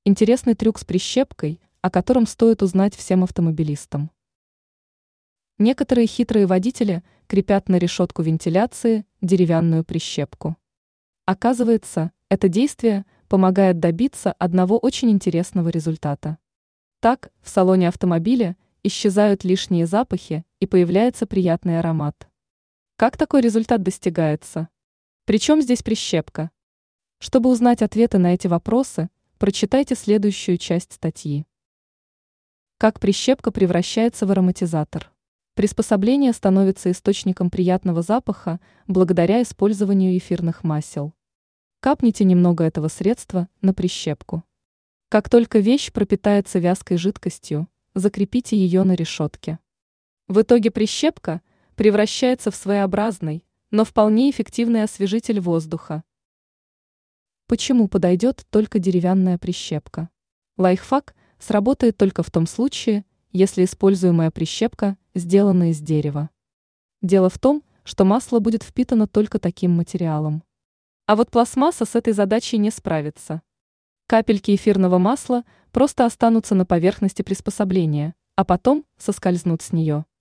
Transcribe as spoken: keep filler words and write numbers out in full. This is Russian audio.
Интересный трюк с прищепкой, о котором стоит узнать всем автомобилистам. Некоторые хитрые водители крепят на решетку вентиляции деревянную прищепку. Оказывается, это действие помогает добиться одного очень интересного результата. Так, в салоне автомобиля исчезают лишние запахи и появляется приятный аромат. Как такой результат достигается? Причем здесь прищепка? Чтобы узнать ответы на эти вопросы, прочитайте следующую часть статьи. Как прищепка превращается в ароматизатор? Приспособление становится источником приятного запаха благодаря использованию эфирных масел. Капните немного этого средства на прищепку. Как только вещь пропитается вязкой жидкостью, закрепите ее на решетке. В итоге прищепка превращается в своеобразный, но вполне эффективный освежитель воздуха. Почему подойдет только деревянная прищепка? Лайфхак сработает только в том случае, если используемая прищепка сделана из дерева. Дело в том, что масло будет впитано только таким материалом. А вот пластмасса с этой задачей не справится. Капельки эфирного масла просто останутся на поверхности приспособления, а потом соскользнут с нее.